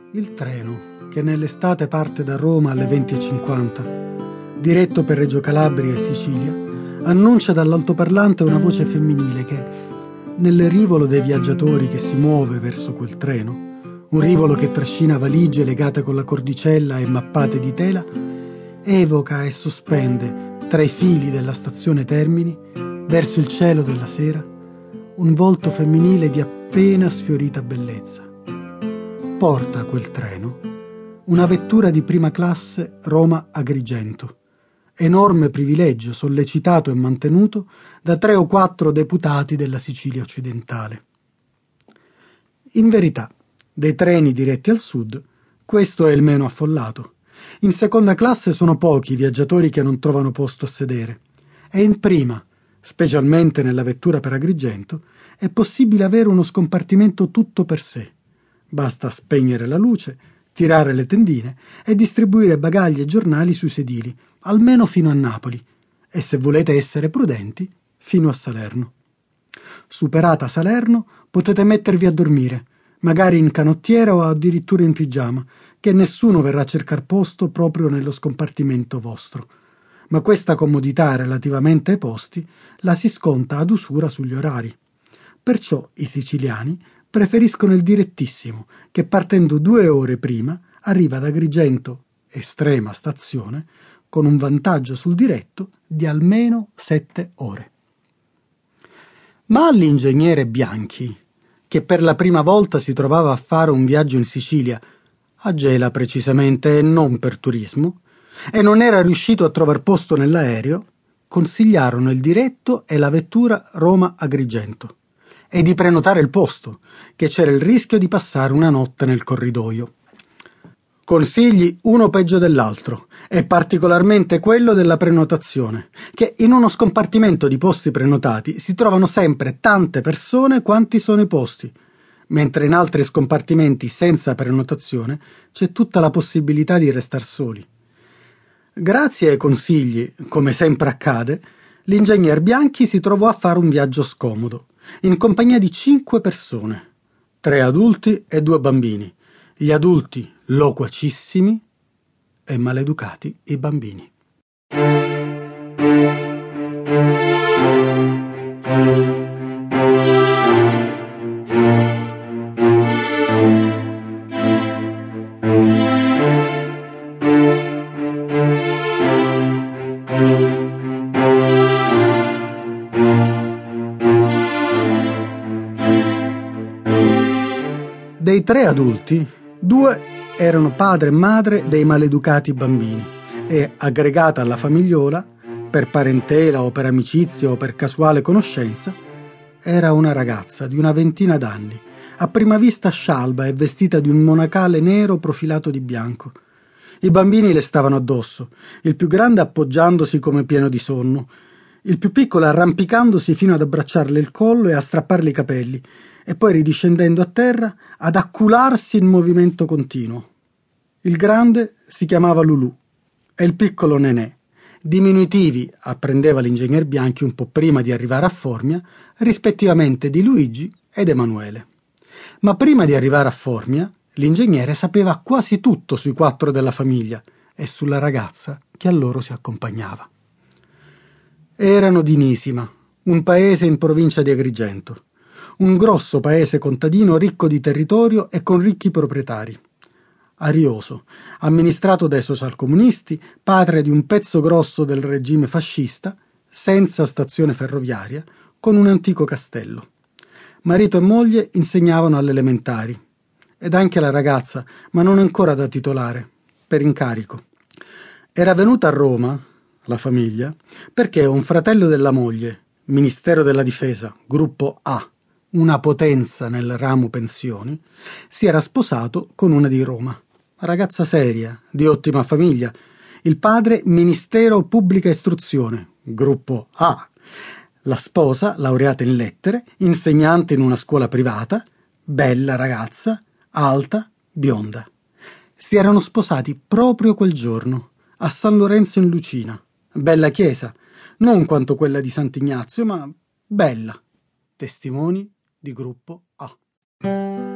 Il treno, che nell'estate parte da Roma alle 20:50, diretto per Reggio Calabria e Sicilia, annuncia dall'altoparlante una voce femminile che, nel rivolo dei viaggiatori che si muove verso quel treno, un rivolo che trascina valigie legate con la cordicella e mappate di tela, evoca e sospende tra i fili della stazione Termini, verso il cielo della sera, un volto femminile di appena sfiorita bellezza. Porta quel treno una vettura di prima classe Roma-Agrigento, enorme privilegio sollecitato e mantenuto da 3 o 4 deputati della Sicilia occidentale. In verità, dei treni diretti al sud, questo è il meno affollato. In seconda classe sono pochi i viaggiatori che non trovano posto a sedere, e in prima, specialmente nella vettura per Agrigento, è possibile avere uno scompartimento tutto per sé. Basta spegnere la luce, tirare le tendine e distribuire bagagli e giornali sui sedili, almeno fino a Napoli, e se volete essere prudenti, fino a Salerno. Superata Salerno, potete mettervi a dormire, magari in canottiera o addirittura in pigiama, che nessuno verrà a cercar posto proprio nello scompartimento vostro. Ma questa comodità relativamente ai posti la si sconta ad usura sugli orari. Perciò i siciliani preferiscono il direttissimo, che partendo 2 ore prima arriva ad Agrigento, estrema stazione, con un vantaggio sul diretto di almeno 7 ore. Ma all'ingegnere Bianchi, che per la prima volta si trovava a fare un viaggio in Sicilia, a Gela precisamente e non per turismo, e non era riuscito a trovar posto nell'aereo, consigliarono il diretto e la vettura Roma-Agrigento, e di prenotare il posto, che c'era il rischio di passare una notte nel corridoio. Consigli uno peggio dell'altro, e particolarmente quello della prenotazione, che in uno scompartimento di posti prenotati si trovano sempre tante persone quanti sono i posti, mentre in altri scompartimenti senza prenotazione c'è tutta la possibilità di restar soli. Grazie ai consigli, come sempre accade, l'ingegner Bianchi si trovò a fare un viaggio scomodo, in compagnia di 5 persone, 3 adulti e 2 bambini. Gli adulti loquacissimi e maleducati i bambini. Dei 3 adulti, 2 erano padre e madre dei maleducati bambini e, aggregata alla famigliola, per parentela o per amicizia o per casuale conoscenza, era una ragazza di una ventina d'anni, a prima vista scialba e vestita di un monacale nero profilato di bianco. I bambini le stavano addosso, il più grande appoggiandosi come pieno di sonno, il più piccolo arrampicandosi fino ad abbracciarle il collo e a strapparle i capelli, e poi ridiscendendo a terra ad accularsi in movimento continuo. Il grande si chiamava Lulù e il piccolo Nenè, diminutivi, apprendeva l'ingegner Bianchi un po' prima di arrivare a Formia, rispettivamente di Luigi ed Emanuele. Ma prima di arrivare a Formia, l'ingegnere sapeva quasi tutto sui 4 della famiglia e sulla ragazza che a loro si accompagnava. Erano di Nisima, un paese in provincia di Agrigento, un grosso paese contadino ricco di territorio e con ricchi proprietari. Arioso, amministrato dai socialcomunisti, patria di un pezzo grosso del regime fascista, senza stazione ferroviaria, con un antico castello. Marito e moglie insegnavano alle elementari, ed anche la ragazza, ma non ancora da titolare, per incarico. Era venuta a Roma, la famiglia, perché un fratello della moglie, Ministero della Difesa, gruppo A, una potenza nel ramo pensioni, si era sposato con una di Roma, ragazza seria, di ottima famiglia, il padre Ministero Pubblica Istruzione, gruppo A, la sposa laureata in lettere, insegnante in una scuola privata, bella ragazza, alta, bionda. Si erano sposati proprio quel giorno, a San Lorenzo in Lucina, bella chiesa, non quanto quella di Sant'Ignazio, ma bella, testimoni di gruppo A.